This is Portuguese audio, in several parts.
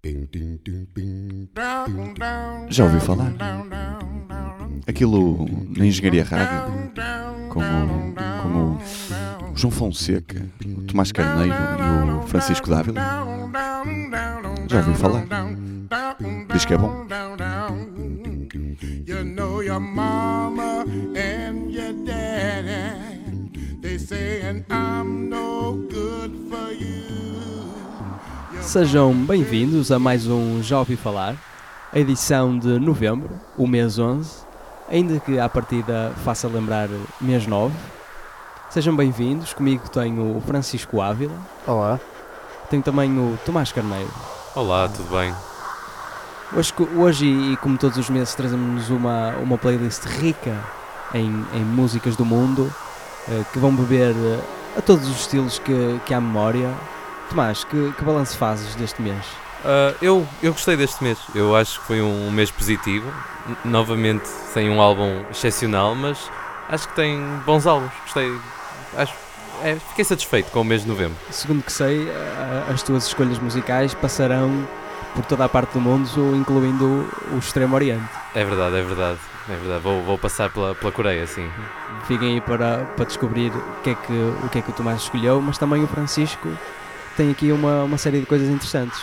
Já ouviu falar? Aquilo na Engenharia Rádio, com o João Fonseca, o Tomás Carneiro e o Francisco Dávila. Já ouviu falar? Diz que é bom. You know your mama and your daddy, they saying I'm no good for you. Sejam bem-vindos a mais um Já Ouvi Falar, a edição de novembro, o mês 11, ainda que à partida faça lembrar mês 9. Sejam bem-vindos, comigo tenho o Francisco Ávila. Olá. Tenho também o Tomás Carneiro. Olá, tudo bem? Hoje e como todos os meses, trazemos uma playlist rica em músicas do mundo, que vão beber a todos os estilos que há memória. Tomás, que balanço fazes deste mês? Eu gostei deste mês. Eu acho que foi um mês positivo. Novamente, sem um álbum excepcional, mas acho que tem bons álbuns. Gostei. Fiquei satisfeito com o mês de novembro. Segundo que sei, as tuas escolhas musicais passarão por toda a parte do mundo, incluindo o Extremo Oriente. É verdade. Vou passar pela Coreia, sim. Fiquem aí para descobrir o que é que o Tomás escolheu, mas também o Francisco tem aqui uma série de coisas interessantes.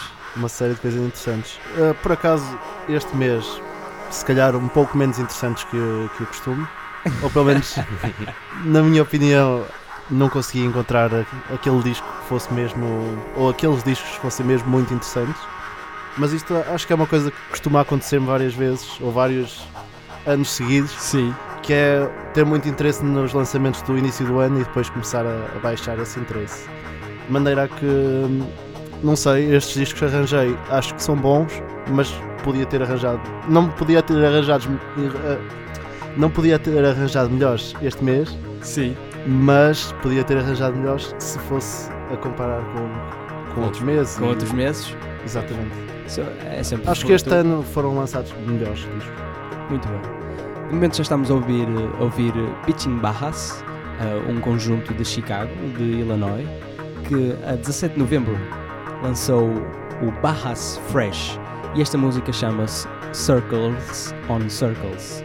Por acaso, este mês, se calhar um pouco menos interessantes que o costume, ou pelo menos, na minha opinião, não consegui encontrar aquele disco que fosse mesmo, ou aqueles discos que fossem mesmo muito interessantes. Mas isto acho que é uma coisa que costuma acontecer várias vezes, ou vários anos seguidos. Sim. Que é ter muito interesse nos lançamentos do início do ano e depois começar a baixar esse interesse. De maneira a que, não sei, estes discos que arranjei acho que são bons, mas não podia ter arranjado melhores este mês. Sim. Mas podia ter arranjado melhores se fosse a comparar com outros meses. Com outros meses? Exatamente. É sempre acho que este ano foram lançados melhores discos. Muito bem. No momento já estamos a ouvir Pitching Barras, um conjunto de Chicago, de Illinois, que a 17 de novembro lançou o Barras Fresh, e esta música chama-se Circles on Circles.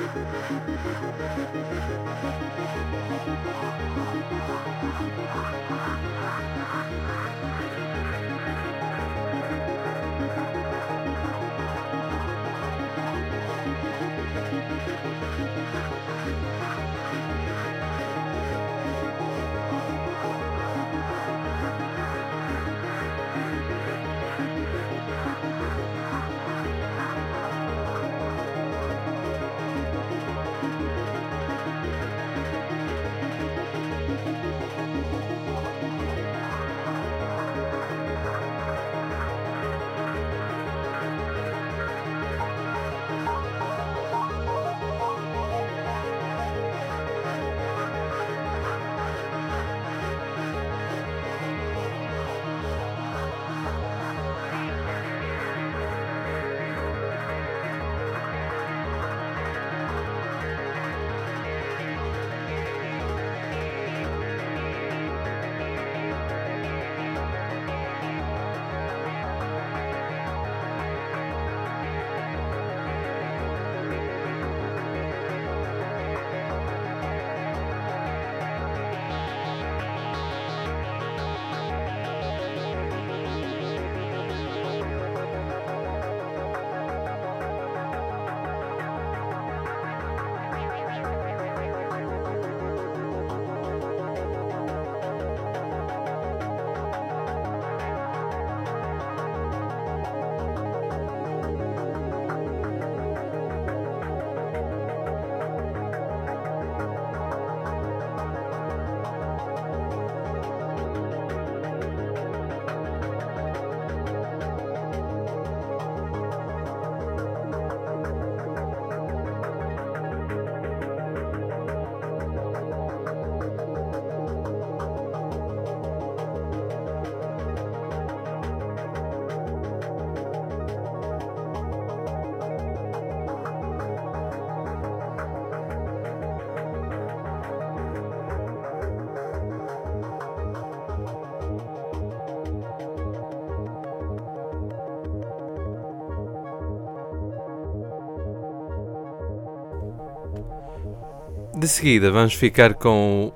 De seguida vamos ficar com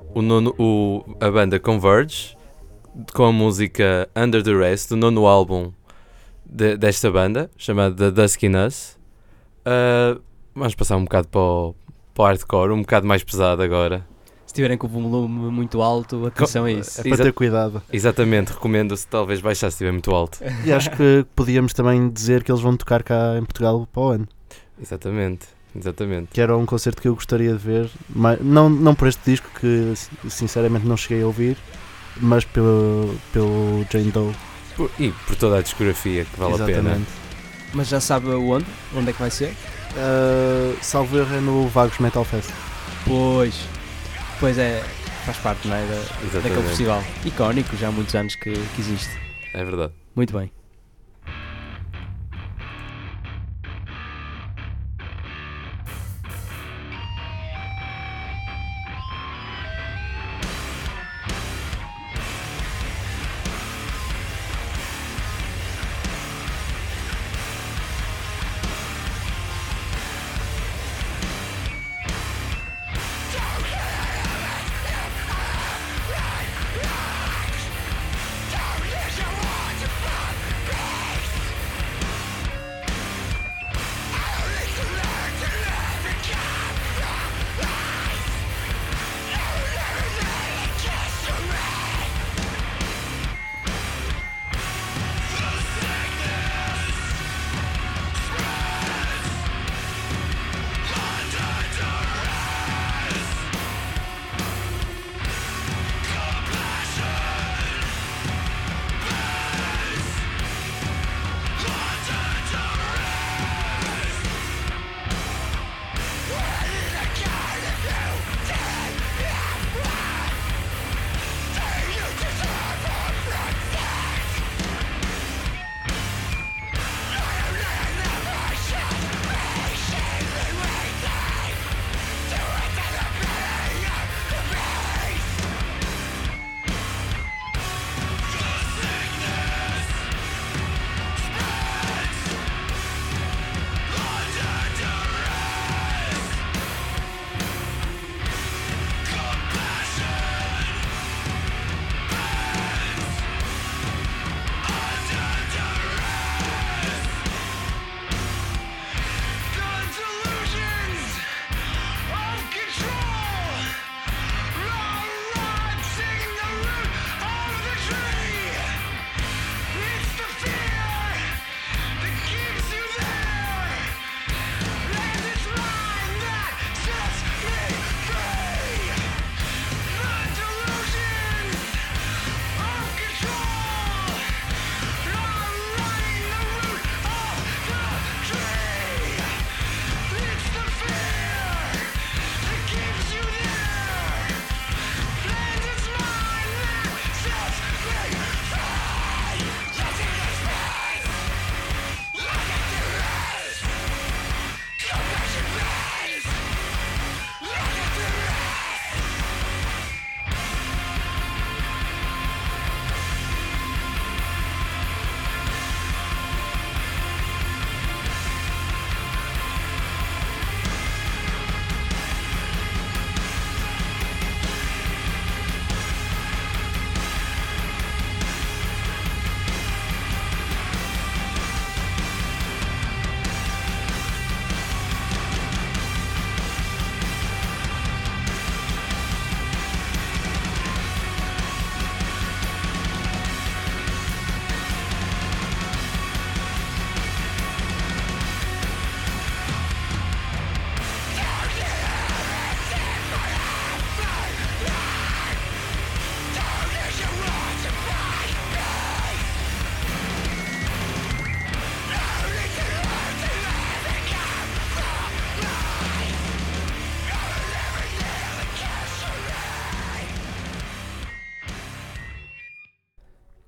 a banda Converge, com a música Under Duress, do nono álbum desta banda, chamada The Duskiness. Vamos passar um bocado para o hardcore, um bocado mais pesado agora. Se tiverem com o volume muito alto, atenção a isso. É para ter cuidado. Exatamente, recomendo-se talvez baixar se estiver muito alto. E acho que podíamos também dizer que eles vão tocar cá em Portugal para o ano. Exatamente. Que era um concerto que eu gostaria de ver, mas não por este disco, que sinceramente não cheguei a ouvir, mas pelo Jane Doe. E por toda a discografia, que vale a pena. Mas já sabe onde? Onde é que vai ser? Salvo erro é no Vagos Metal Fest. Pois é, faz parte, não é, daquele festival icónico, já há muitos anos que existe. É verdade. Muito bem.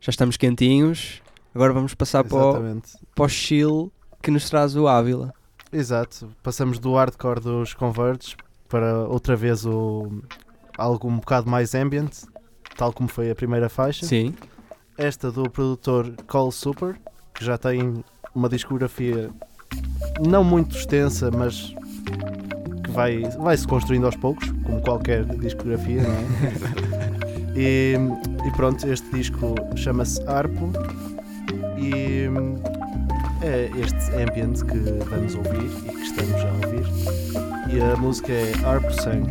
Já estamos quentinhos. Agora vamos passar Exatamente. para o chill que nos traz o Ávila. Exato. Passamos do hardcore dos Converge para outra vez algo um bocado mais ambient, tal como foi a primeira faixa. Sim. Esta do produtor Cole Super, que já tem uma discografia não muito extensa, mas que vai se construindo aos poucos, como qualquer discografia, não é? E pronto, este disco chama-se Harpo e é este ambient que vamos ouvir e que estamos a ouvir, e a música é Harpo Sank.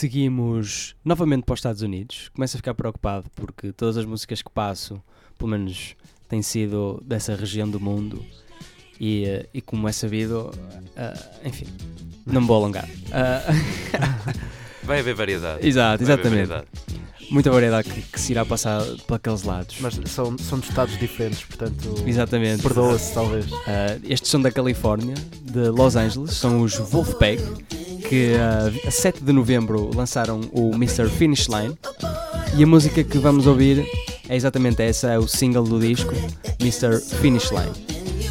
seguimos novamente para os Estados Unidos. Começo a ficar preocupado porque todas as músicas que passo, pelo menos, têm sido dessa região do mundo. E como é sabido, enfim, não me vou alongar. Vai haver variedade. Exato, Vai haver exatamente. variedade. Muita variedade que se irá passar para aqueles lados. Mas são de estados diferentes, portanto, Exatamente. perdoa-se talvez. Estes são da Califórnia, de Los Angeles, são os Wolfpack, que a 7 de novembro lançaram o Mr. Finish Line. E a música que vamos ouvir é exatamente essa, é o single do disco, Mr. Finish Line.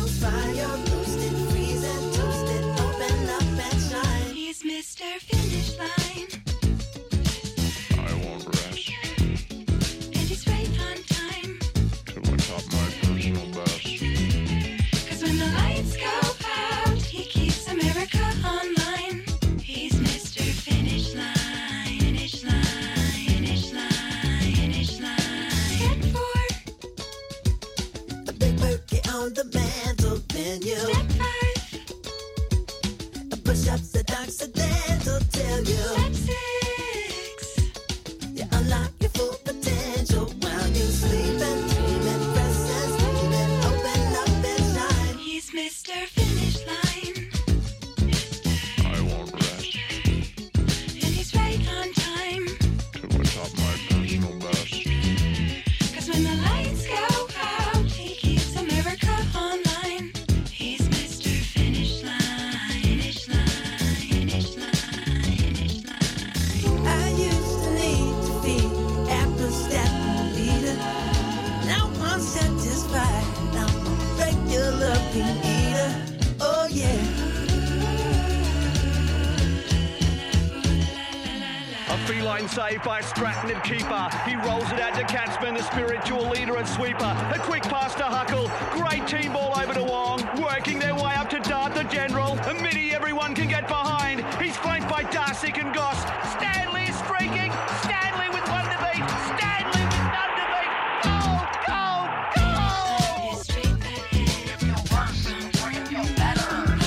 Saved by Stratton and Keeper. He rolls it out to Katzman, the spiritual leader and sweeper. A quick pass to Huckle. Great team ball over to Wong. Working their way up to Dart, the general. A mini everyone can get behind. He's flanked by Darsick and Goss. Stanley is streaking. Stanley with one to beat. Stanley with none to beat. Goal, goal, goal! If you're worse, bring you better.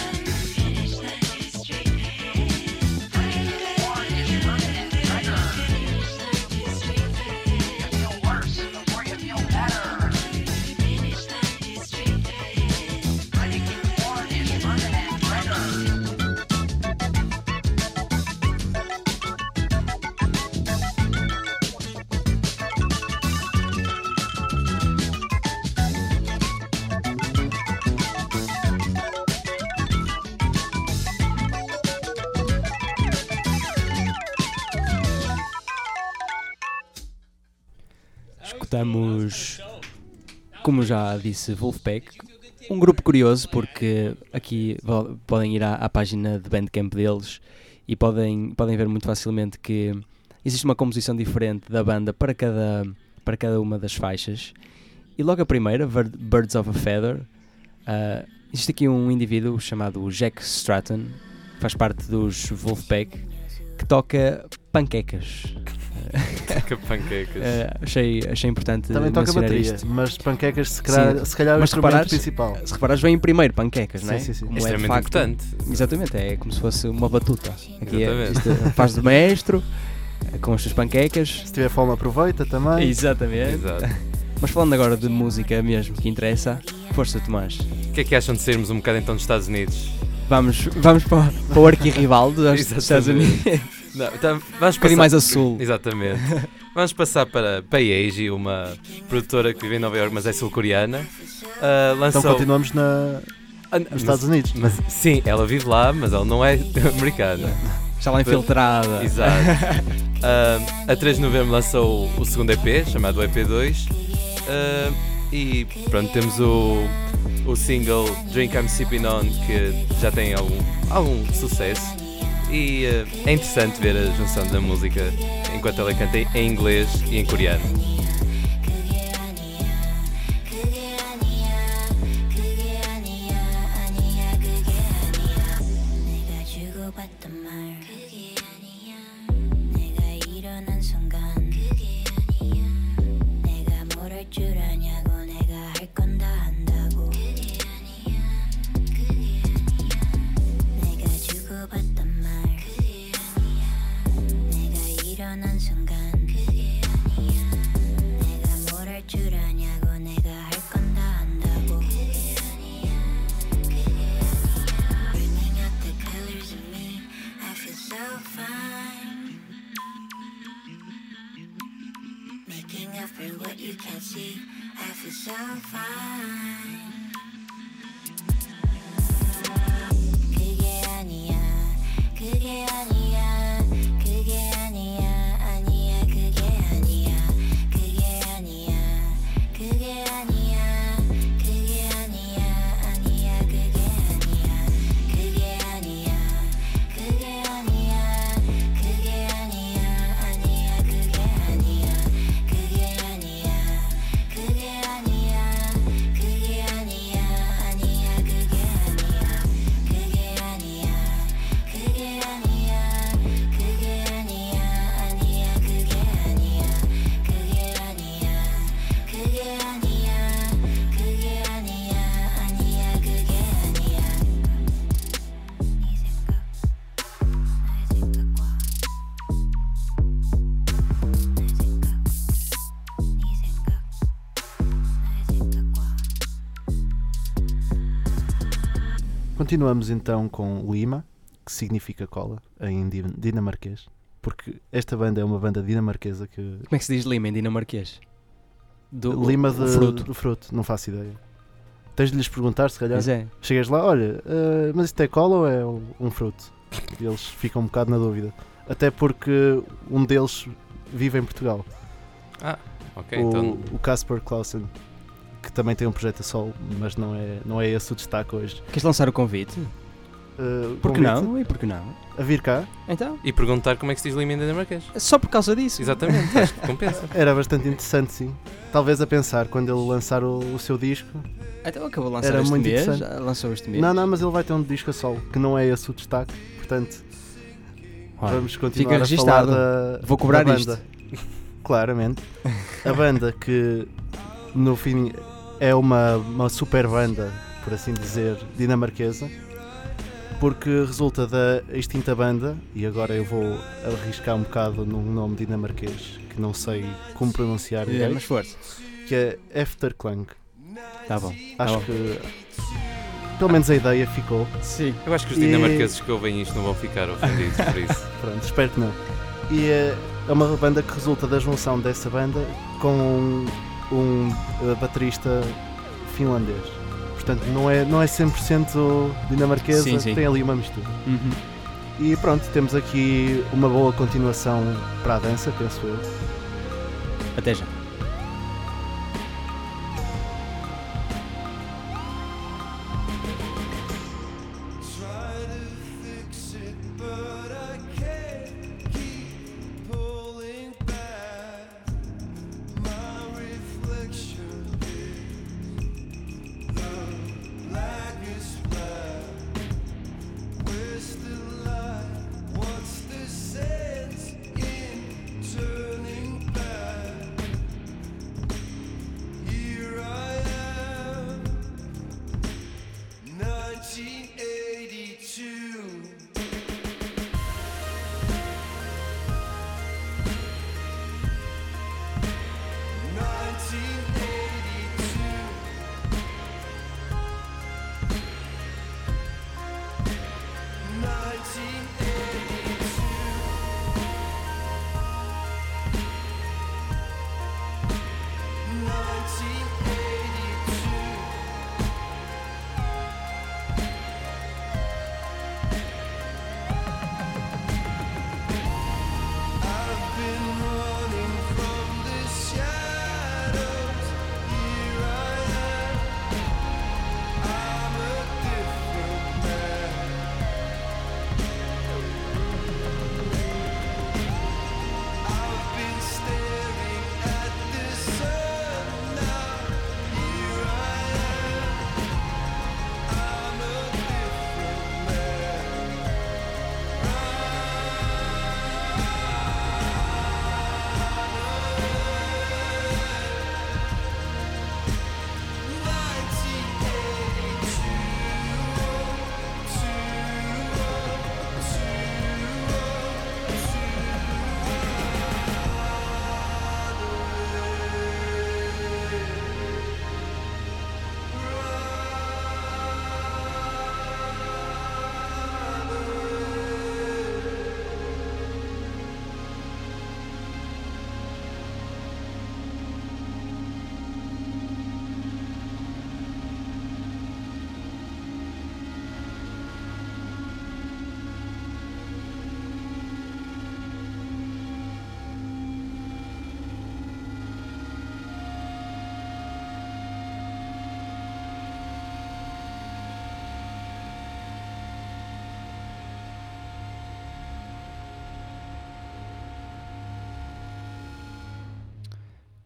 Escutamos, como já disse, Wolfpack, um grupo curioso porque aqui podem ir à página de Bandcamp deles e podem ver muito facilmente que existe uma composição diferente da banda para cada uma das faixas. E logo a primeira, Birds of a Feather, existe aqui um indivíduo chamado Jack Stratton, que faz parte dos Wolfpack, que toca panquecas. Que panquecas. Achei importante Também toca mencionar bateria, isto. mas panquecas se Sim, calhar é o mas instrumento principal. Se reparares, vem primeiro panquecas, não é? Sim, sim, sim. Como É extremamente de facto, importante. Exatamente, é como se fosse uma batuta. Aqui Exatamente. isto faz de maestro, com as suas panquecas. Se tiver fome aproveita também. Exatamente. Exato. Mas falando agora de música mesmo, que interessa, força Tomás. O que é que acham de sairmos um bocado então dos Estados Unidos? Vamos para o arquirrival dos Estados Unidos. Não, Um vamos bocadinho mais a sul. Exatamente. Vamos passar para Payeji, uma produtora que vive em Nova Iorque, mas é sul-coreana. Lançou... Então continuamos nos Estados Unidos. Mas, sim, ela vive lá, mas ela não é americana. Já lá infiltrada. Exato. A 3 de novembro lançou o segundo EP, chamado EP2. E pronto, temos o single Drink I'm Sipping On, que já tem algum sucesso. E é interessante ver a junção da música enquanto ela canta em inglês e em coreano. 내가 after what you can't see. I feel so fine. 그게 아니야, 그게 아니야, 그게 아니야, 아니야, 그게 아니야, 그게 아니야, 그게 아니야, 그게 아니야, 아니야, 그게 아니야, 그게 아니야, 그게 아니야, 그게 아니야, 아니야, 그게 아니야, 그게 아니야, 그게 아니야, 그게 아니야, 아니야, 그게 아니야, 그게 아니야, 그게 아니야, 그게 아니야, 아니야, 그게 아니야, 그게 아니야, 그게 아니야, 그게 아니야, 아니야, 그게 아니야. 네 생각과 Continuamos então com Lima, que significa cola em dinamarquês, porque esta banda é uma banda dinamarquesa que... Como é que se diz lima em dinamarquês? Lima o fruto. do fruto, não faço ideia. Tens de lhes perguntar, se calhar. Mas é. Chegas lá, olha, mas isto é cola ou é um fruto? E eles ficam um bocado na dúvida. Até porque um deles vive em Portugal. Ok, então. O Casper Clausen, que também tem um projeto a solo, mas não é esse o destaque hoje. Queres lançar o convite? Por que Convite não? E por que não? A vir cá Então, E perguntar como é que se diz Lima em dinamarquês. só por causa disso. Exatamente, acho que compensa. era bastante interessante, sim. Talvez a pensar, quando ele lançar o seu disco. Então acabou de lançar Era este muito mês. interessante. Lançou este mês. Não, mas ele vai ter um disco a solo, que não é esse o destaque. Portanto, Olha, vamos continuar fica a falar registado. da Vou cobrar da isto. banda. Claramente. A banda que, no fim, é uma super banda, por assim dizer, dinamarquesa, porque resulta da extinta banda, e agora eu vou arriscar um bocado num nome dinamarquês que não sei como pronunciar É, direito, mas força. que é Efterklang. Tá bom. Acho bom. que pelo menos a ideia ficou. Sim. Eu acho que os E- dinamarqueses que ouvem isto não vão ficar ofendidos por isso. Pronto, espero que não. E é uma banda que resulta da junção dessa banda com um baterista finlandês. Portanto, não é 100% dinamarquesa, Sim, sim. tem ali uma mistura. Uhum. E pronto, temos aqui uma boa continuação para a dança, penso eu. Até já. What's the sense in turning back?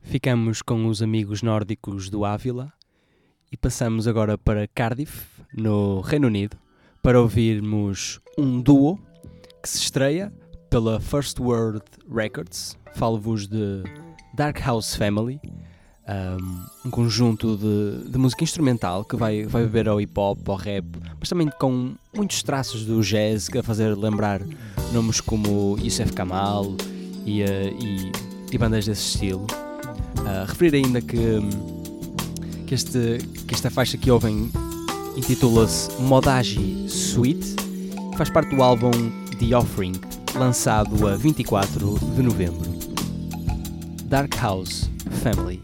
Ficamos com os amigos nórdicos do Ávila e passamos agora para Cardiff, no Reino Unido, para ouvirmos um duo que se estreia pela First World Records. Falo-vos de Dark House Family, um conjunto de música instrumental que vai beber ao hip-hop, ao rap, mas também com muitos traços do jazz, a fazer lembrar nomes como Youssef Kamal e bandas desse estilo. Referir ainda que esta faixa que ouvem intitula-se Modaji Suite, que faz parte do álbum The Offering, lançado a 24 de novembro. Dark House Family.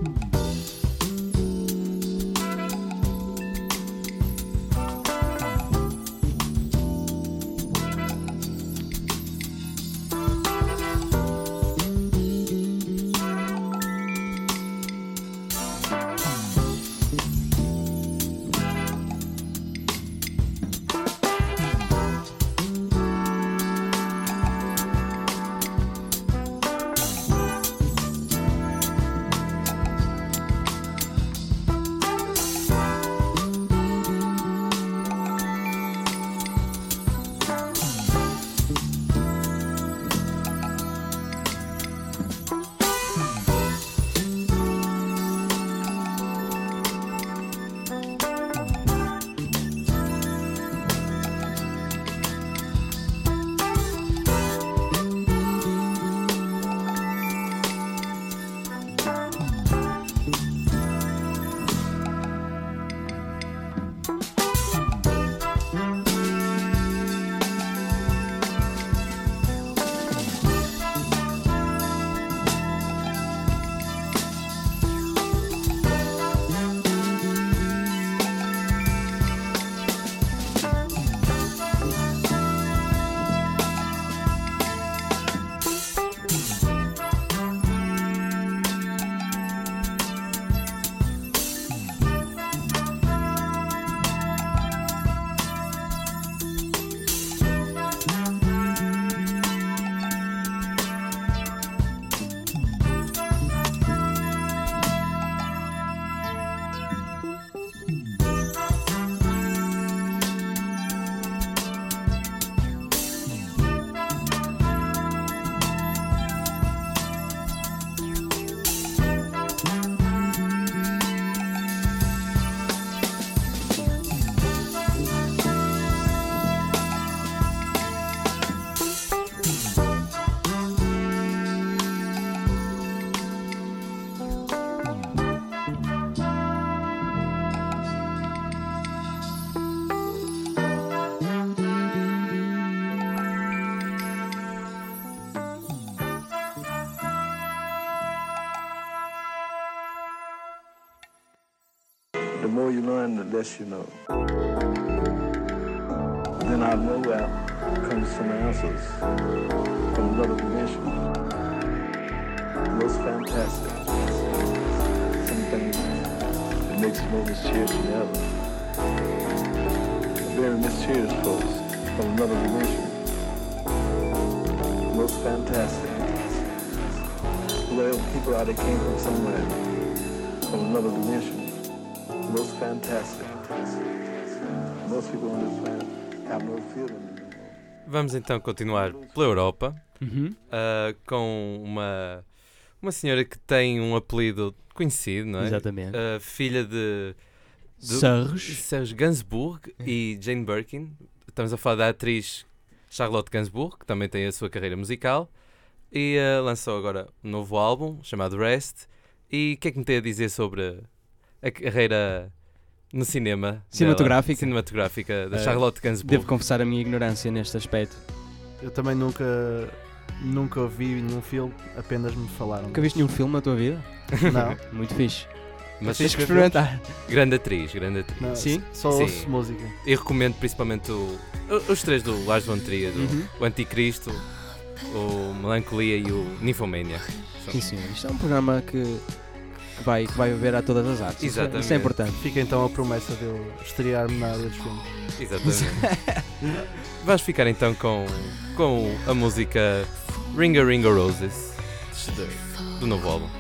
The more you learn, the less you know. Then out of nowhere comes some answers from another dimension. Most fantastic. Something that makes you more mysterious than ever. Very mysterious folks from another dimension. Most fantastic. Well, people out there came from somewhere, from another dimension. Most fantastic. Most people on this planet have no feeling anymore. Vamos então continuar pela Europa, com uma senhora que tem um apelido conhecido, não é? Exatamente. Filha de Serge Gainsbourg e Jane Birkin. Estamos a falar da atriz Charlotte Gainsbourg, que também tem a sua carreira musical, e lançou agora um novo álbum chamado Rest. E o que é que me tem a dizer sobre a carreira no cinema cinematográfica da Charlotte Gainsbourg? Devo confessar a minha ignorância neste aspecto. Eu também nunca vi nenhum filme, apenas me falaram. Nunca viste nenhum filme na tua vida? Não. Muito fixe. Mas tens que experimentar. Grande atriz. Não, Sim? Só ouço música. E recomendo principalmente os três do Lars von Trier, o Anticristo, o Melancolia e o Nymphomania. Sim, sim. Isto é um programa que vai ver a todas as artes. Exatamente. Isso é importante. Fica então a promessa de eu estrear-me na área dos filmes. Exatamente. Vamos ficar então com a música Ringa Ringa Roses do novo álbum.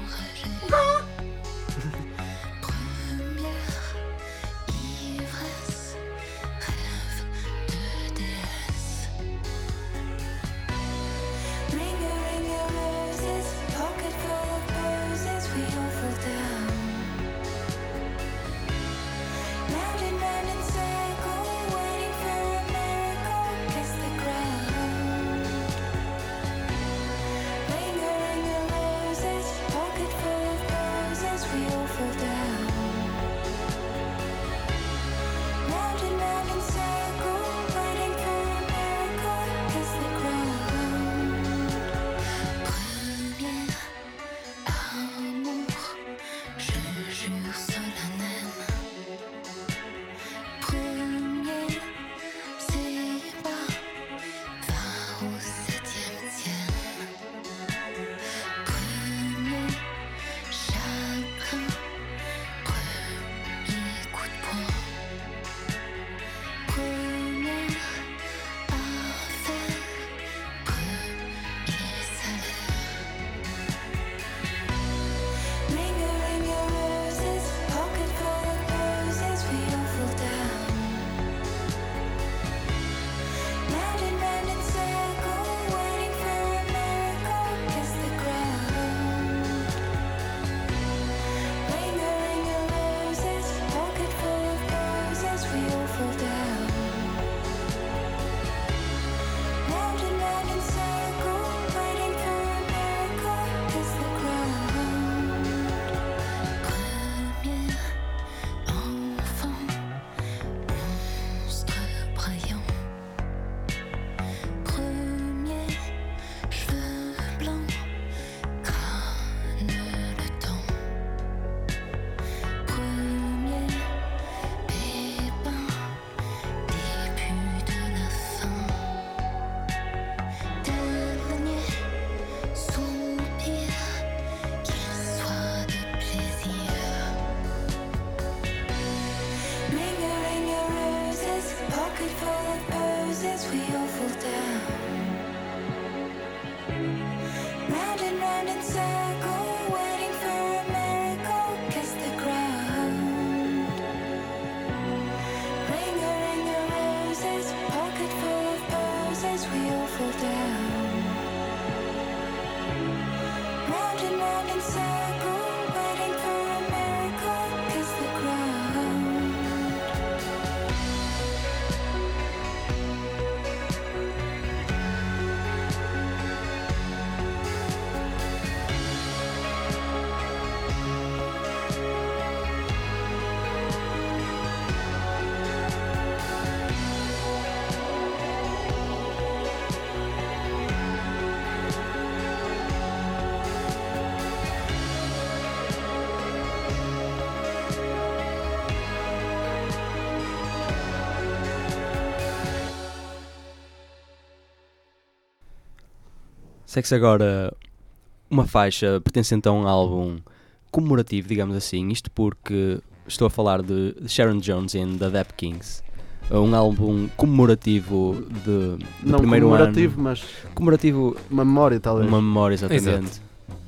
Segue-se agora uma faixa pertencente a um álbum comemorativo, digamos assim, isto porque estou a falar de Sharon Jones and the Dap Kings, um álbum comemorativo do não primeiro comemorativo, ano. mas Comemorativo, uma memória talvez. uma memória, exatamente,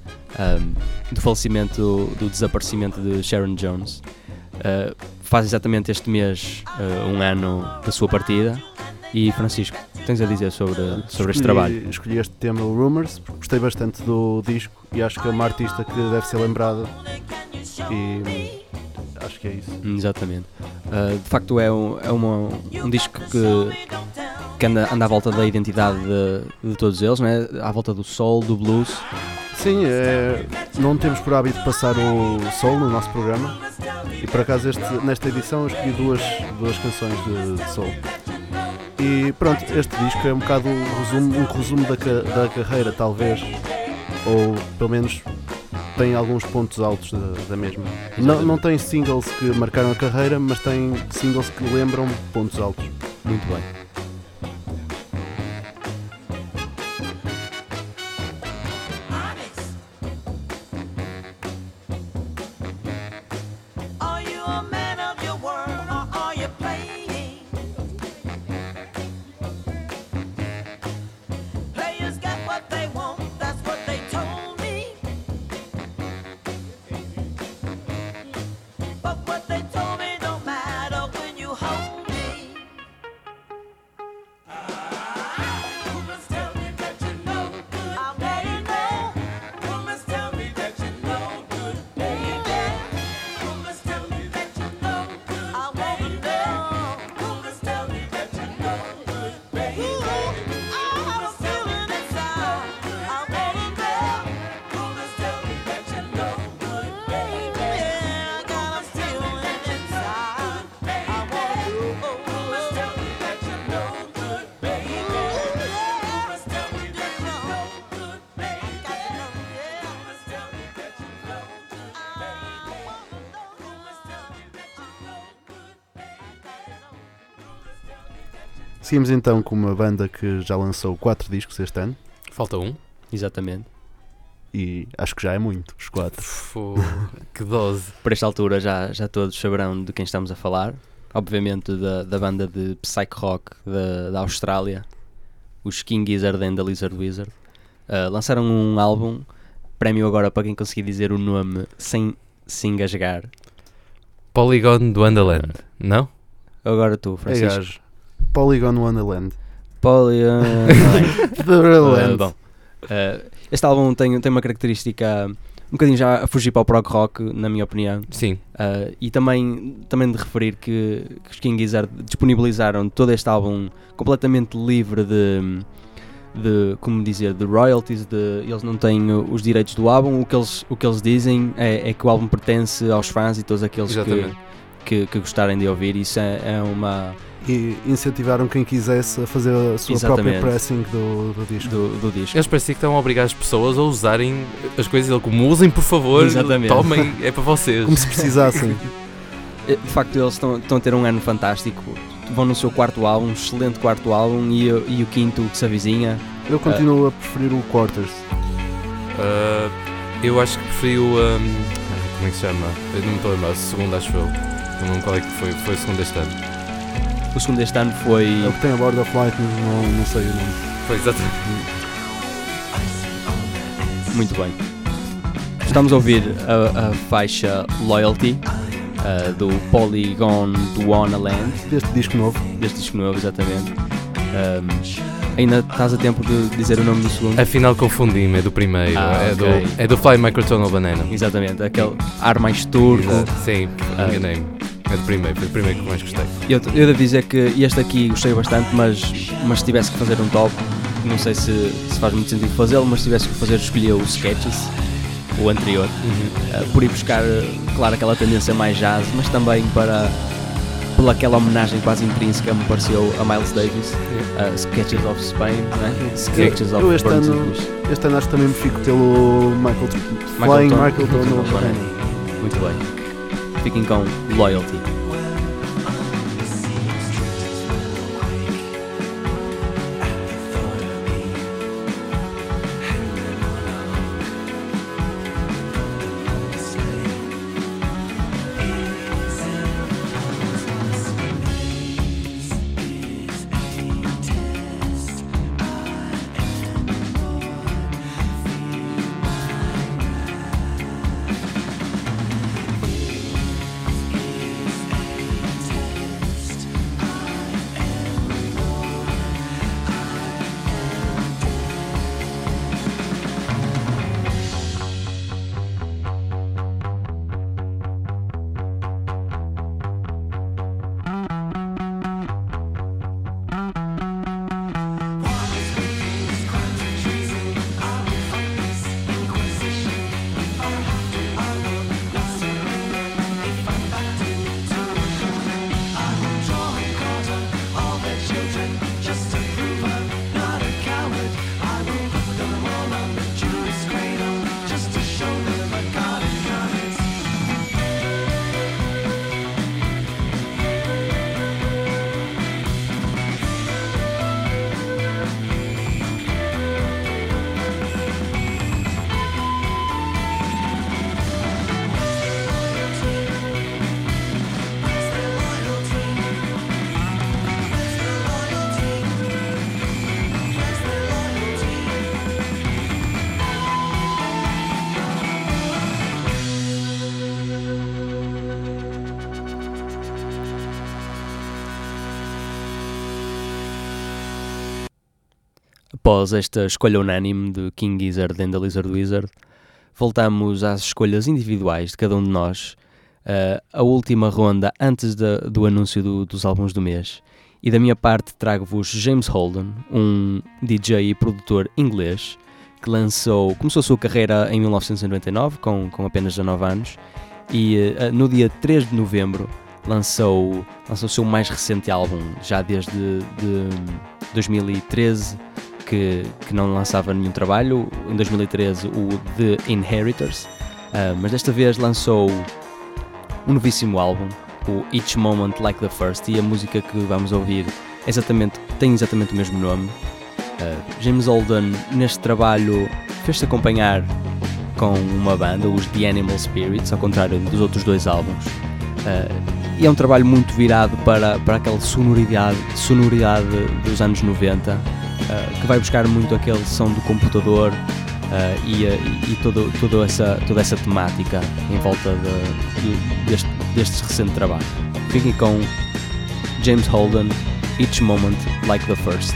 do falecimento, do desaparecimento de Sharon Jones. Faz exatamente este mês um ano da sua partida. E Francisco, tens a dizer sobre este trabalho? Escolhi este tema, o Rumors, porque gostei bastante do disco e acho que é uma artista que deve ser lembrada e acho que é isso. Exatamente. De facto é um disco que anda à volta da identidade de todos eles, não é? À volta do soul, do blues. Sim, não temos por hábito passar o soul no nosso programa e por acaso nesta edição eu escolhi duas canções de soul. E pronto, este disco é um bocado um resumo da carreira, talvez, ou pelo menos tem alguns pontos altos da mesma. Não tem singles que marcaram a carreira, mas tem singles que lembram pontos altos. Muito bem. Seguimos então com uma banda que já lançou 4 discos este ano Falta um. Exatamente. e acho que já é muito, os 4. Que dose. Por esta altura já todos saberão de quem estamos a falar. Obviamente da banda de psych rock da Austrália, os King Gizzard and the Lizard Wizard. Lançaram um álbum, prémio agora para quem conseguir dizer o nome sem se engasgar. Polygon do Wonderland, não? Agora tu, É Francisco. gajo. Polygon Wonderland. Polygon. Wonderland. Este álbum tem uma característica um bocadinho já a fugir para o prog rock, na minha opinião. Sim. E também de referir que os King Gizzard disponibilizaram todo este álbum completamente livre de como dizer, de royalties, eles não têm os direitos do álbum. O que eles dizem é que o álbum pertence aos fãs e todos aqueles que gostarem de ouvir. Isso é uma... E incentivaram quem quisesse a fazer a sua própria pressing do disco. Do disco. Eles parecem que estão a obrigar as pessoas a usarem as coisas, como usem por favor, Exatamente. tomem, é para vocês. Como se precisassem. De facto, eles estão a ter um ano fantástico. Vão no seu 4º álbum, excelente 4º álbum, e o 5º que se avizinha. Eu continuo a preferir o Quarters. Eu acho que preferi o... como é que se chama? Eu não me estou a lembrar, o segundo acho eu. Não lembro qual é que foi o segundo deste ano. O segundo deste ano foi... É o que tem a Board of Light, mas não sei o nome. Foi exatamente. Muito bem. Estamos a ouvir a faixa Loyalty, do Polygon do Wonderland. Deste disco novo. Deste disco novo, exatamente. Ainda estás a tempo de dizer o nome do segundo? Afinal confundi-me, é do primeiro. Okay. É do Fly Microtonal Banana. Exatamente, aquele ar mais turco. Exato. Sim, enganei-me. É do primeiro, foi o primeiro que mais gostei. Eu devo dizer que este aqui gostei bastante, mas se tivesse que fazer um top, não sei se faz muito sentido fazê-lo, mas se tivesse que fazer, escolher o Sketches, o anterior, por ir buscar, claro, aquela tendência mais jazz, mas também pela aquela homenagem quase intrínseca me pareceu a Miles Davis, Sketches of Spain, né? Sketches of este Burns ano, and Blues. Este ano acho que também me fico pelo Michael Tone. Muito bem. Fiquem com Loyalty. Após esta escolha unânime de King Gizzard and the Lizard Wizard, voltamos às escolhas individuais de cada um de nós, a última ronda antes do anúncio dos álbuns do mês. E da minha parte trago-vos James Holden, um DJ e produtor inglês que começou a sua carreira em 1999, com apenas 19 anos, e no dia 3 de novembro lançou o seu mais recente álbum, já desde 2013, que não lançava nenhum trabalho. Em 2013 o The Inheritors, mas desta vez lançou um novíssimo álbum, o Each Moment Like the First, e a música que vamos ouvir é exatamente tem exatamente o mesmo nome. James Holden, neste trabalho, fez-se acompanhar com uma banda, os The Animal Spirits, ao contrário dos outros 2 álbuns. E é um trabalho muito virado para aquela sonoridade dos anos 90, que vai buscar muito aquele som do computador e toda essa temática em volta deste recente trabalho. Fiquem com James Holden, Each Moment Like the First.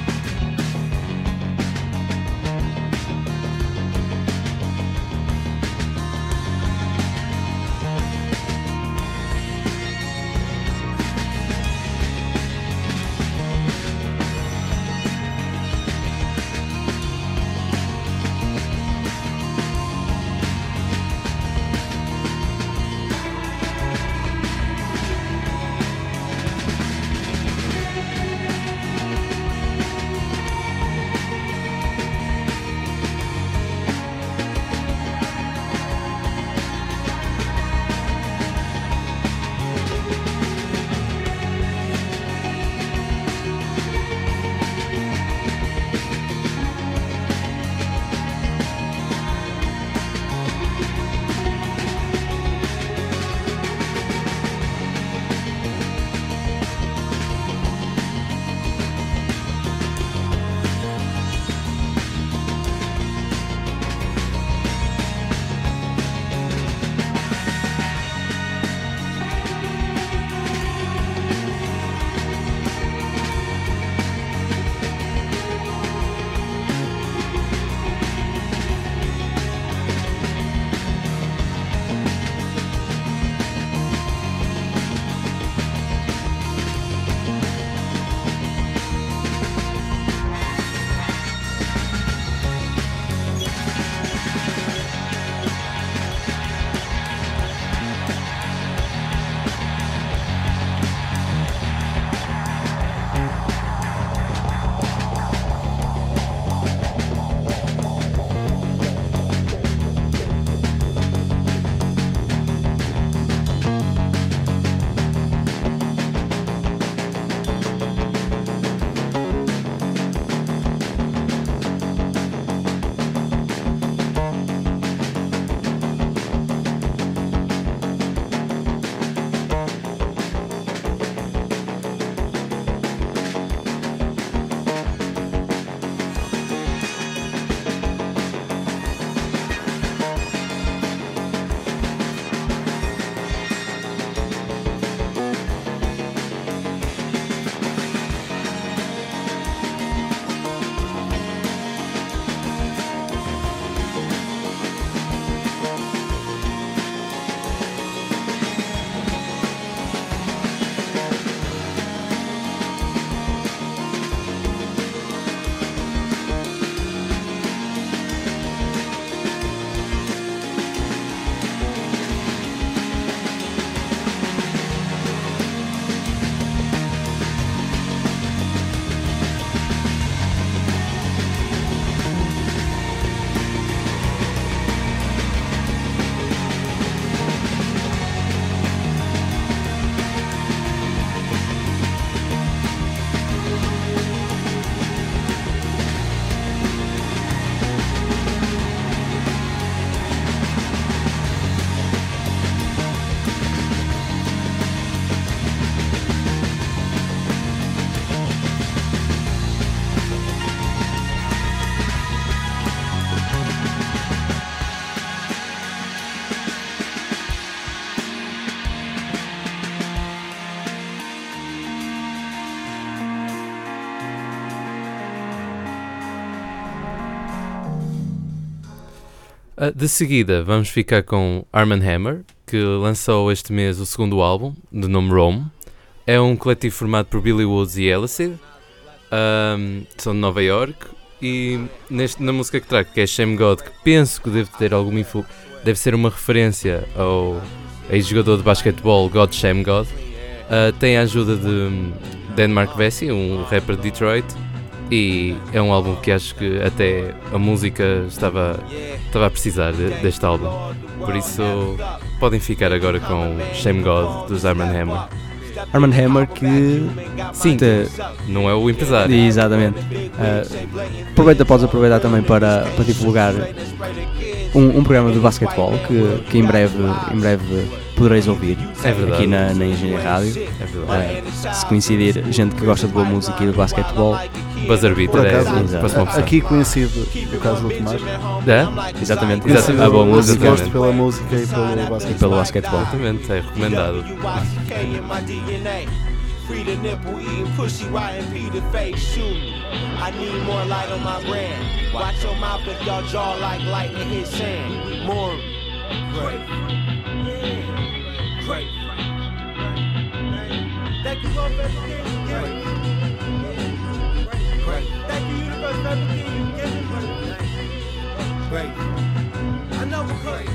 De seguida vamos ficar com Arm & Hammer, que lançou este mês o segundo álbum, de nome Rome. É um coletivo formado por Billy Woods e Elicid, são de Nova York, e na música que trago, que é Shame God, que penso que deve ter alguma deve ser uma referência ao ex-jogador de basquetebol God Shame God, tem a ajuda de Dan Mark Vesey, um rapper de Detroit, e é um álbum que acho que até a música estava a precisar deste álbum. Por isso podem ficar agora com Shame God dos Arm & Hammer. Armand Hammer, que Sim, não é o empresário. exatamente, podes aproveitar também para divulgar um programa de basquetebol que em breve podereis ouvir. É verdade. Aqui na Engenharia Rádio. É verdade. Se coincidir gente que gosta de boa música e de basquetebol. Buzzer Beater Por é acaso, a próxima opção. aqui coincide o caso do Tomás. É? Exatamente, Exatamente. a boa música Gosto pela música e pelo e basquete. pelo basquetebol. Exatamente, é recomendado. Free the nipple, eating pussy, riding P the face, shooting. I need more light on my brand. Watch your mouth if y'all jaw like lightning hit sand. More great. Great. Thank you for everything you give me. Great. Thank you, universe, for everything you give me. Great. I know we're great.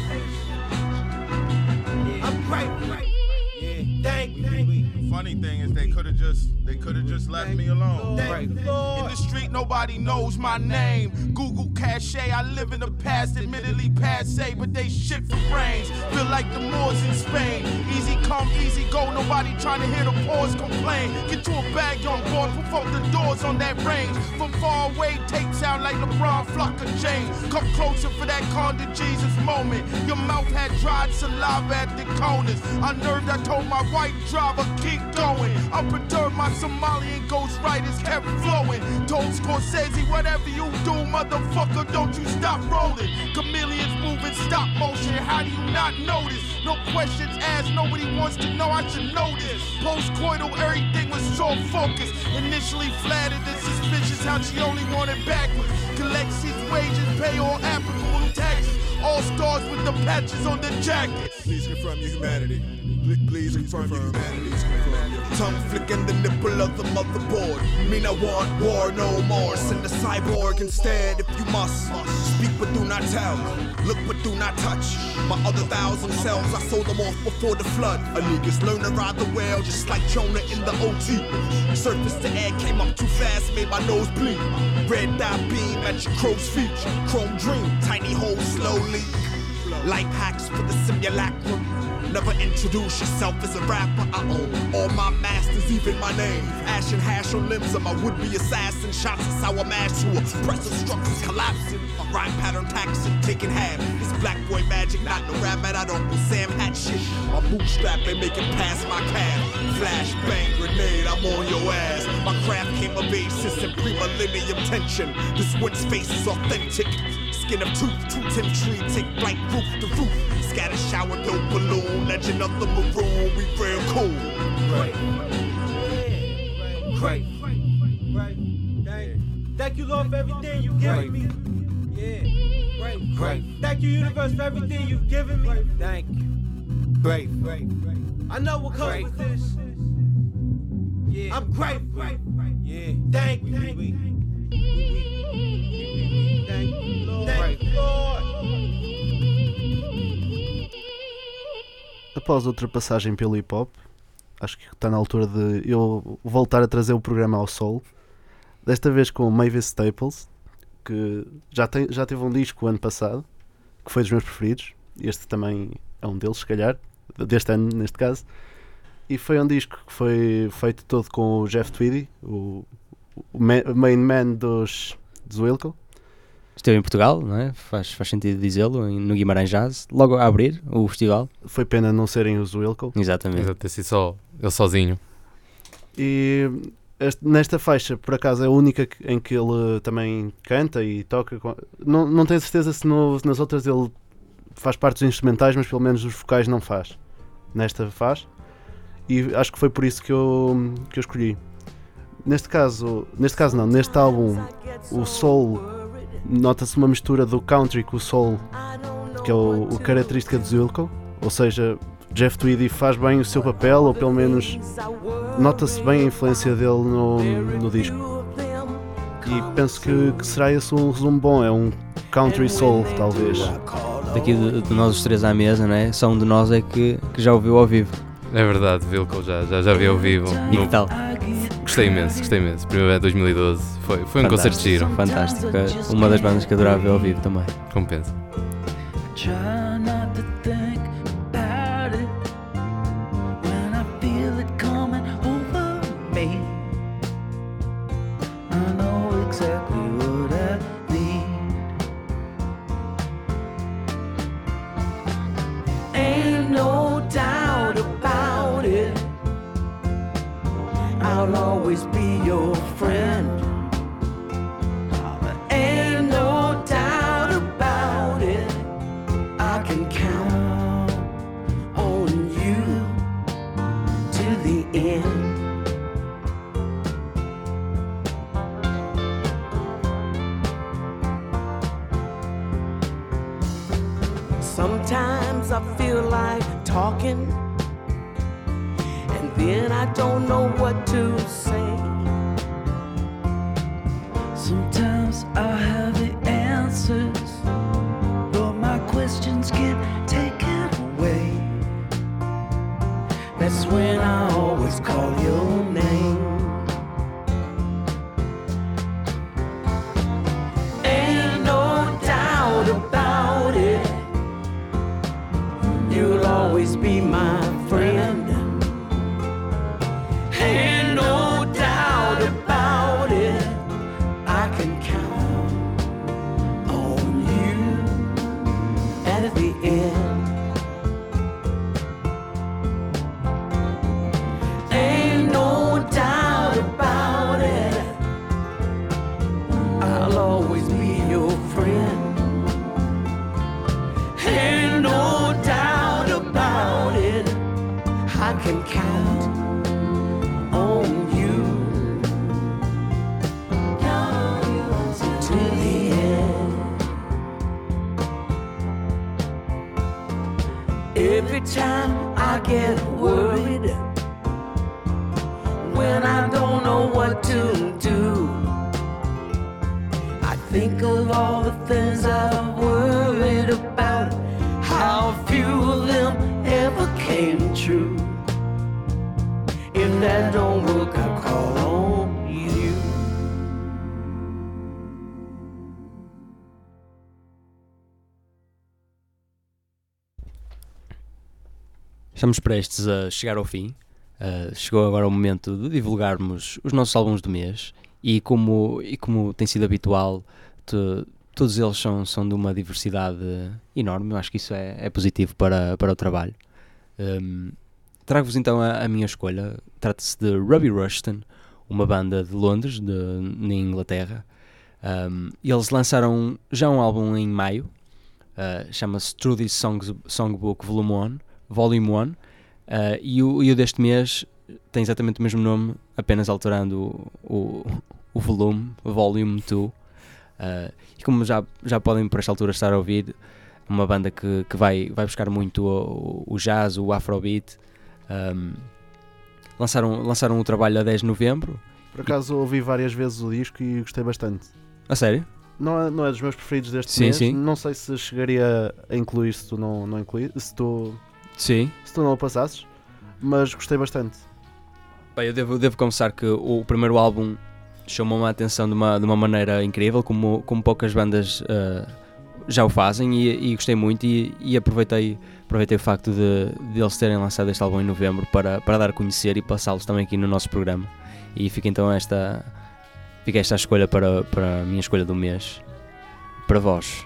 I'm great. Yeah. Thank you. Funny thing is they could have just left me alone. In the street nobody knows my name. Google Cache, I live in the past, admittedly passe, but they shit for brains. Feel like the Moors in Spain. Easy come, easy go, nobody trying to hear the pause complain. Get you a bag on board, provoke the doors on that range. From far away, tape sound like LeBron, flock of James. Come closer for that Conda Jesus moment. Your mouth had dried saliva at the corners. Unnerved, I told my white driver, keep going. I'm perturbed, my Somalian ghostwriters kept flowing. Told Scorsese, whatever you do, motherfucker, don't you stop rolling. Chameleons moving stop motion, how do you not notice? No questions asked, nobody wants to know, I should know this. Post-coital, everything was so focused. Initially flattered and suspicious how she only wanted backwards. Collects his wages, pay all applicable taxes. All stars with the patches on the jacket. Please confirm your humanity. Please confirm your humanity. Tongue flicking the nipple of the motherboard. Mean I want war no more. Send a cyborg instead if you must. Speak but do not tell. Look but do not touch. My other 1,000 cells, I sold them off before the flood. A niggas learn to ride the whale just like Jonah in the OT. Surface to air came up too fast, made my nose bleed. Red dot beam at your crow's feet. Chrome dream, tiny hole slowly. Life hacks for the simulacrum. Never introduce yourself as a rapper. I own all my masters, even my name. Ash and hash on limbs of my would-be assassin. Shots of sour mash to oppressive structures collapsing. Rhyme pattern taxing, taking half. This black boy magic, not no rabbit. I don't know Sam Hat shit. My bootstrap ain't making past my calf. Flash, bang, grenade, I'm on your ass. My craft came of age since in pre-millennium tension. This one's face is authentic. Skin of tooth, two-tin tree, take flight roof to roof. Scatter shower, dope balloon, legend of the maroon, we real cool. Great. Great. Thank you, Lord, for everything you've given me. Yeah. Great. Thank you, universe, for everything you've given me. Thank you. Great. I know what comes with this. Yeah. I'm great. Yeah. Thank you. Thank you, Lord. Thank you, Lord. Após a ultrapassagem pelo hip-hop, acho que está na altura de eu voltar a trazer o programa ao soul. Desta vez com Mavis Staples, que já teve um disco ano passado, que foi dos meus preferidos. Este também é um deles, se calhar, deste ano neste caso. E foi um disco que foi feito todo com o Jeff Tweedy, o main man dos Wilco. Esteve em Portugal, não é? Faz sentido dizê-lo, no Guimarães Jazz, logo a abrir o festival. Foi pena não serem os Wilco. Exatamente. Exato, ter sido só ele sozinho. E nesta faixa, por acaso, é a única em que ele também canta e toca. Não tenho certeza se nas outras ele faz parte dos instrumentais, mas pelo menos os vocais não faz. Nesta faz. E acho que foi por isso que eu escolhi. Neste álbum, o soul, nota-se uma mistura do country com o soul, que é o característica do Wilco. Ou seja, Jeff Tweedy faz bem o seu papel, ou pelo menos nota-se bem a influência dele no disco. E penso que será esse um resumo bom, é um country soul, talvez. Daqui de nós os três à mesa, não é? Só um de nós é que já ouviu ao vivo. É verdade, Wilco já vi ao vivo. E que tal? Gostei imenso. Primeiro 2012, foi um concerto giro. Fantástico, uma das bandas que adorava ver ao vivo também. Compensa. Try not to think about it when I feel it coming always be your friend. Ain't no doubt about it. I can count on you to the end. Sometimes I feel like talking, and then I don't know what to say. Sometimes I have the answers, but my questions get taken away. That's when I always call your name. Ain't no doubt about it. You'll always be my friend. Ain't no doubt about it. I can count on you. And at the end, ain't no doubt about it. I'll always be your friend. Ain't no doubt about it. I can count on you. Count on you to the end. Every time I get worried, when I don't know what to do, I think of all the things I've worried about, how few of them ever came true. If that don't work, I'll call on you. Estamos prestes a chegar ao fim. Chegou agora o momento de divulgarmos os nossos álbuns do mês e como tem sido habitual, todos eles são de uma diversidade enorme. Eu acho que isso é positivo para o trabalho. Trago-vos então a minha escolha. Trata-se de Ruby Rushton, uma banda de Londres, na Inglaterra. Eles lançaram já um álbum em maio, chama-se Through This Songbook Volume 1, e o deste mês tem exatamente o mesmo nome, apenas alterando o volume, Volume 2. E como já podem por esta altura estar a ouvir, uma banda que vai buscar muito o jazz, o afrobeat. Lançaram o trabalho a 10 de novembro. Por acaso ouvi várias vezes o disco e gostei bastante. A sério? Não é dos meus preferidos deste mês. Sim. Não sei se chegaria a incluir se tu não incluir, se tu não o passasses, mas gostei bastante. Bem, eu devo confessar que o primeiro álbum chamou-me a atenção de uma maneira incrível, como poucas bandas já o fazem, e gostei muito, e aproveitei o facto de eles terem lançado este álbum em novembro para dar a conhecer e passá-los também aqui no nosso programa. E fica então esta escolha para a minha escolha do mês. Para vós.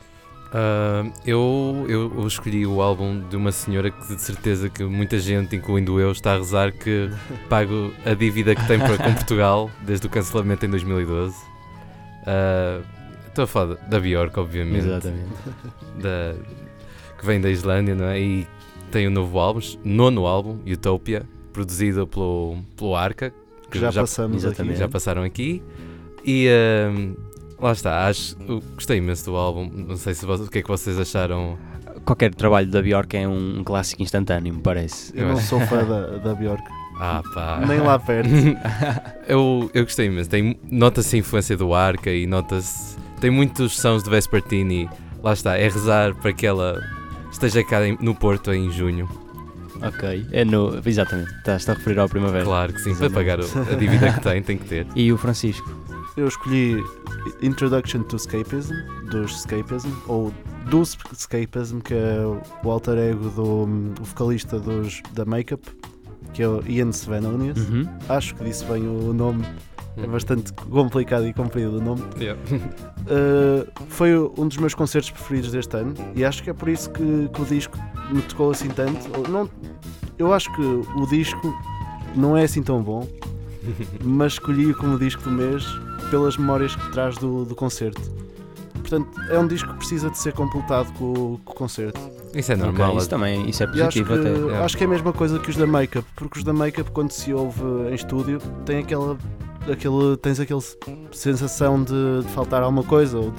Eu escolhi o álbum de uma senhora que de certeza que muita gente, incluindo eu, está a rezar que pago a dívida que tem com Portugal desde o cancelamento em 2012. Estou a falar da Björk, obviamente. Exatamente. Que vem da Islândia, não é? E tem um novo álbum, 9º álbum, Utopia, produzido pelo Arca, que já passaram aqui. E lá está, gostei imenso do álbum. Não sei o que é que vocês acharam. Qualquer trabalho da Björk é um clássico instantâneo, me parece. Eu não sou fã da Björk. Nem lá perto. eu gostei imenso. Nota-se a influência do Arca e tem muitos sons de Vespertini. Lá está, é rezar para que ela esteja cá no Porto em junho. Ok, exatamente, estás a referir ao Primavera. Claro que sim, para pagar a dívida que tem que ter. E o Francisco? Eu escolhi Introduction to Escapism, dos Escapism, ou do Escapism, que é o alter ego do vocalista da Makeup, que é o Ian Svenonius. Acho que disse bem o nome. É bastante complicado e comprido o nome. Yeah. Foi um dos meus concertos preferidos deste ano, e acho que é por isso que o disco me tocou assim tanto. Eu acho que o disco não é assim tão bom, mas escolhi como disco do mês pelas memórias que traz do concerto. Portanto, é um disco que precisa de ser completado com o concerto. Isso é normal. Okay, isso é E acho positivo que, até. acho que é a mesma coisa que os da Make-up, porque os da Make-up, quando se ouve em estúdio, tem tens aquela sensação de faltar alguma coisa, ou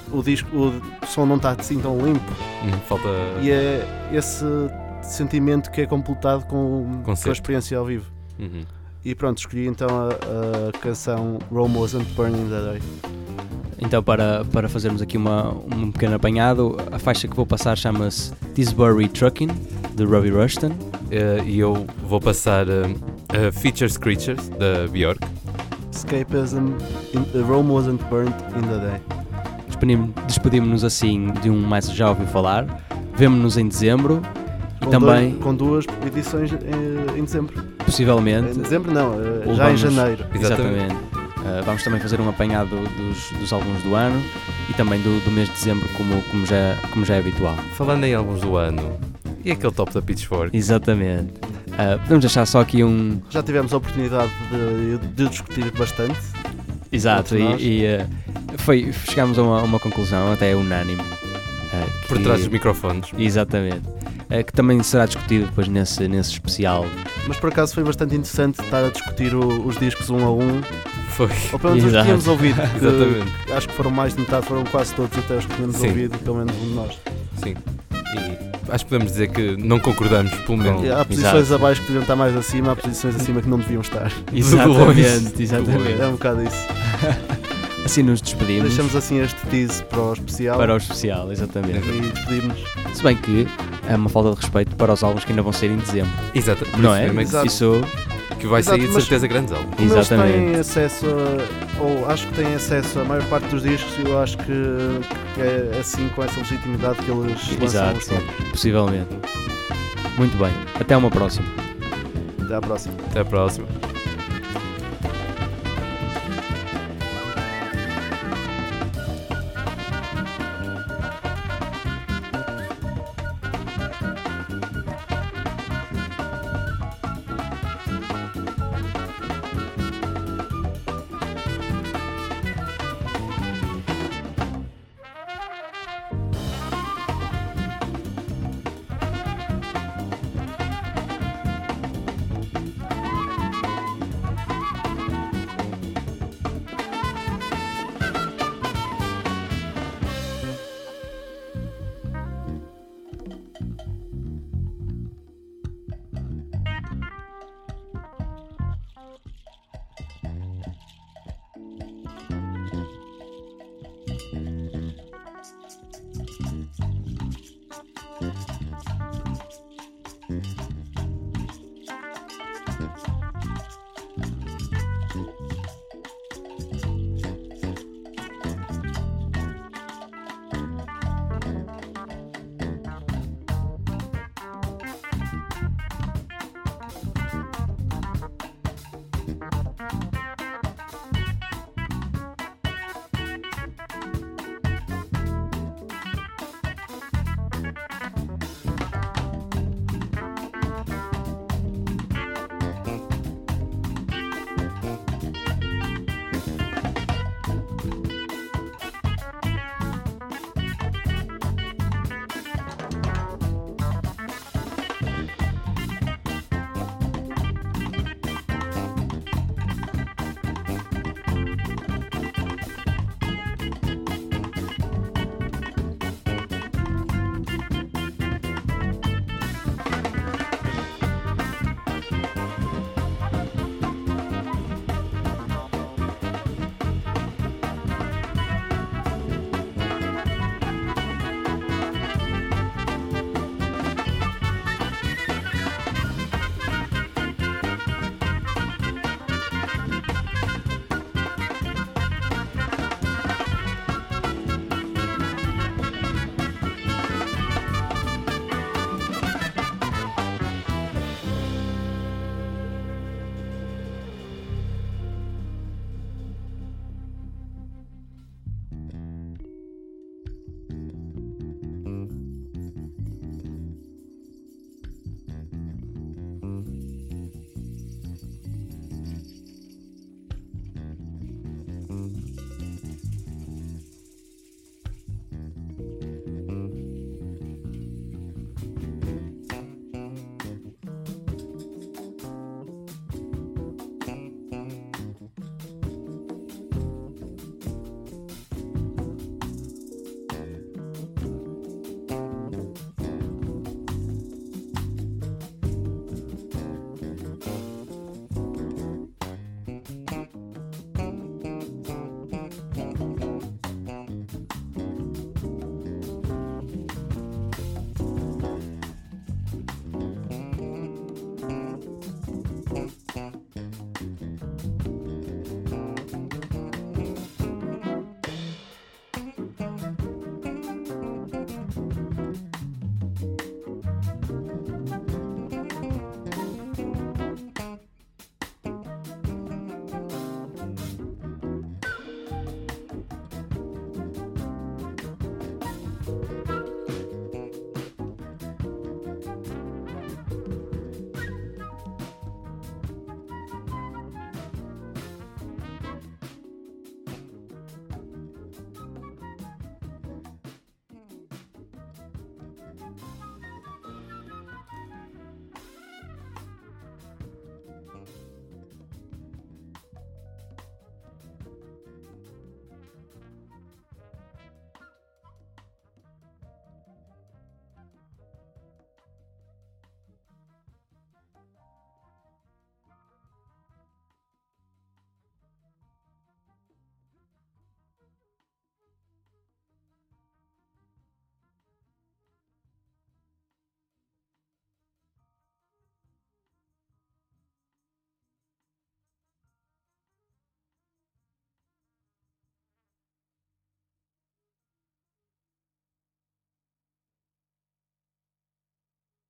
o som não está assim tão limpo. Falta... E é esse sentimento que é completado com a experiência ao vivo. E pronto, escolhi então a canção Rome Wasn't Burning That Day. Então, para fazermos aqui um pequeno apanhado, a faixa que vou passar chama-se Tisbury Truckin', de Robbie Rushton. E eu vou passar Features Creatures, da Björk. Escapism, Rome Wasn't Burnt in the Day. Despedimos-nos assim de um mais já ouviu falar. Vemo-nos em dezembro. E também com 2 edições em dezembro. Possivelmente. Em dezembro não, já em janeiro. Exatamente. Vamos também fazer um apanhado dos álbuns do ano e também do mês de dezembro, como já é habitual. Falando em álbuns do ano, e aquele top da Pitchfork? Exatamente. Podemos deixar só aqui Já tivemos a oportunidade de discutir bastante. Exato, chegámos a uma conclusão até unânime. Por trás dos microfones. Exatamente. Que também será discutido depois nesse especial. Mas por acaso foi bastante interessante estar a discutir os discos um a um. Foi. Ou pelo menos os que tínhamos ouvido. Exatamente. Acho que foram mais de metade, foram quase todos até os que tínhamos ouvido, pelo menos um de nós. Sim. E acho que podemos dizer que não concordamos, pelo menos. Há posições abaixo que deviam estar mais acima, há posições acima que não deviam estar. Exatamente. É um bocado isso. Assim nos despedimos. Deixamos assim este tease para o especial. Para o especial, exatamente. E despedimos. Se bem que é uma falta de respeito para os álbuns que ainda vão sair em dezembro. Exato. Não é? Exato. Isso... Que vai sair de certeza grandes álbuns. Como eles têm acesso ou acho que têm acesso à maior parte dos discos, eu acho que é assim com essa legitimidade que eles lançam os álbuns. Possivelmente. Muito bem. Até uma próxima. Até à próxima. Até a próxima.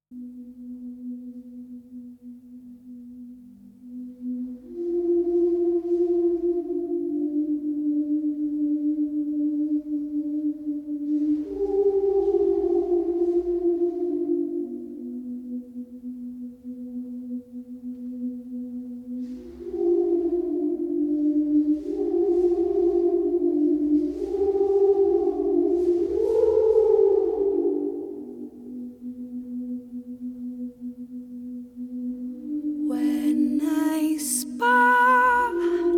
When I spot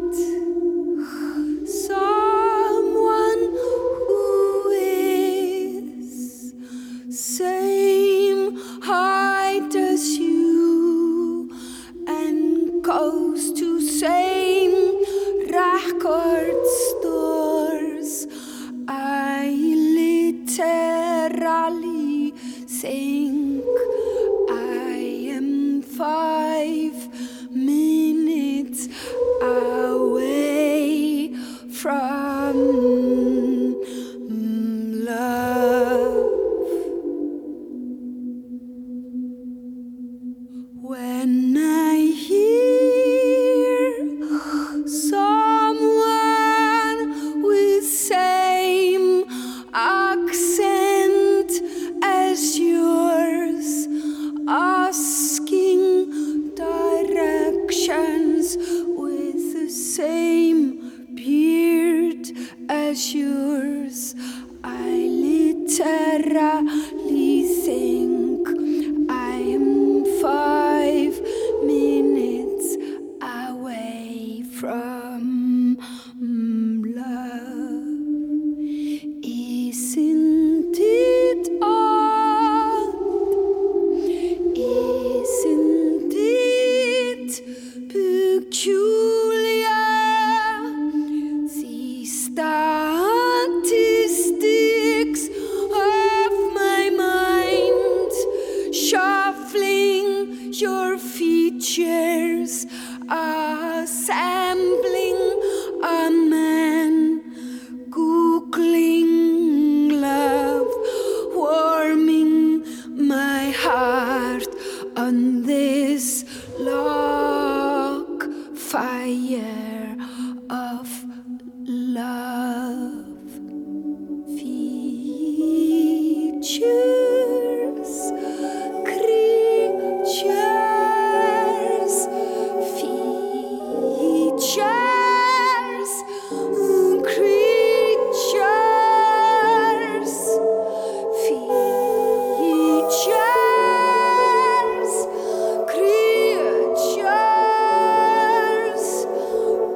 someone who is same height as you and goes to same record stores, I literally think I am 5 minutes away from love. When I hear someone with same accent as yours asking directions with the same beard as yours, I literally think I am 5 minutes away from love. Isn't it odd? Isn't it peculiar? The statistics of my mind shuffling your features, assembling a man, googling love, warming my heart on this log fire of love. Features, creatures, features, creatures, features, creatures,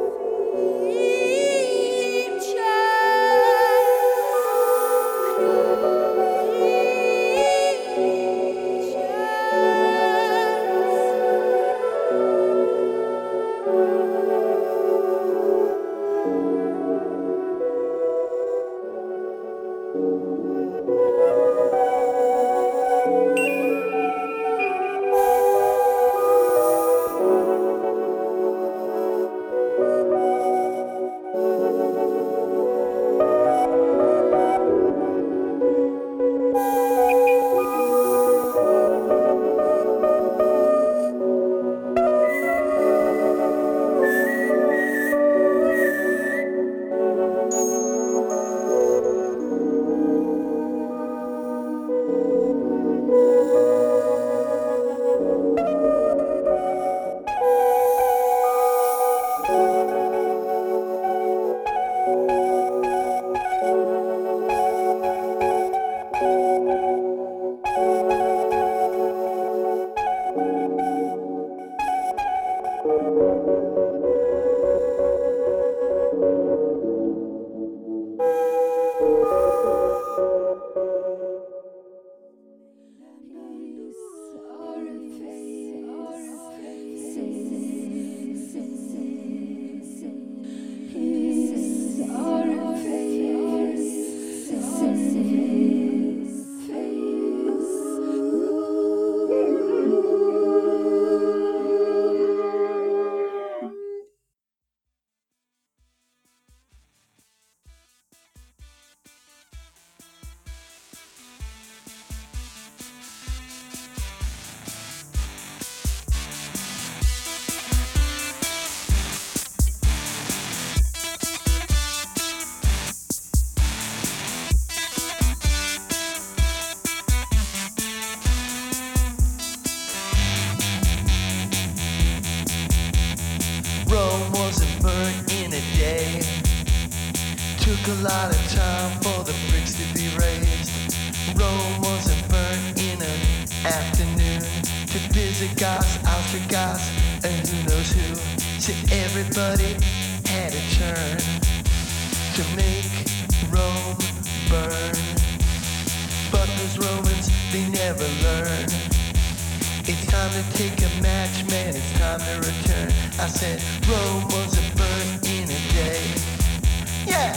wasn't burnt in a day. Took a lot of time for the bricks to be raised. Rome wasn't burnt in an afternoon. Took Visigoths, Ostrogoths, and who knows who. So everybody had a turn to make Rome burn. But those Romans, they never learn. It's time to take a match, man, it's time to return. I said Rome wasn't burnt in a day. Yeah!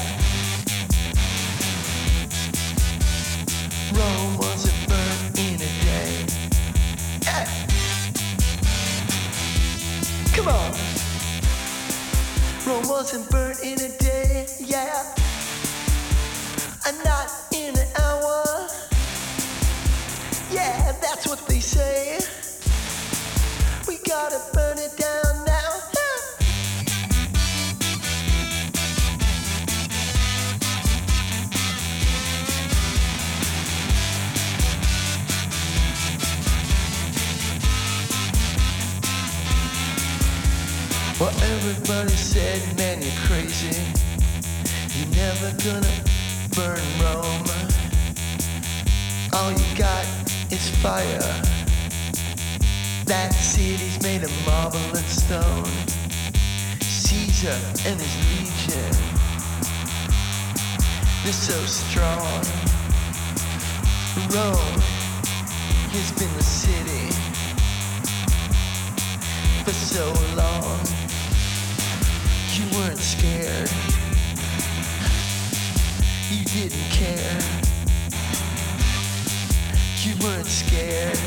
Rome wasn't burnt in a day. Yeah! Come on! Rome wasn't burnt in a day, yeah! And not in an hour. Yeah, that's what they say. We gotta burn it down now. Well, everybody said, man, you're crazy. You're never gonna burn Rome. All you got is fire. That city's made of marble and stone. Caesar and his legion, they're so strong. Rome has been the city for so long. You weren't scared. You didn't care. You weren't scared.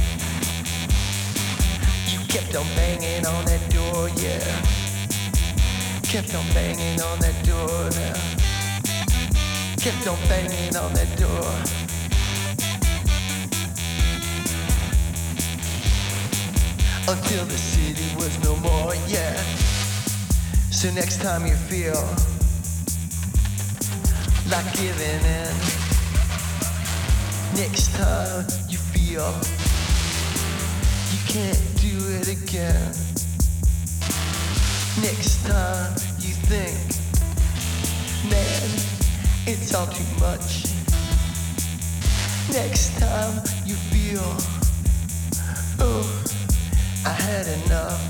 You kept on banging on that door, yeah. Kept on banging on that door now. Kept on banging on that door. Until the city was no more, yeah. So next time you feel like giving in, next time you feel you can't do it again, next time you think, man, it's all too much, next time you feel, oh, I had enough.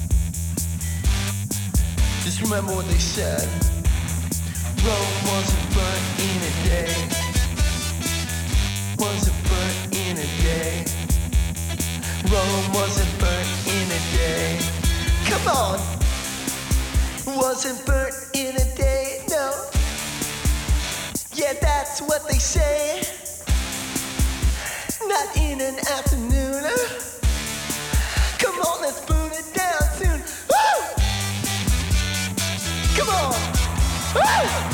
Just remember what they said. Rome wasn't burnt in a day. Wasn't burnt in a day. Rome wasn't burnt in a day. Come on! Wasn't burnt in a day, no. Yeah, that's what they say. Not in an afternoon. Come on, let's burn it down soon. Woo! Come on! Woo!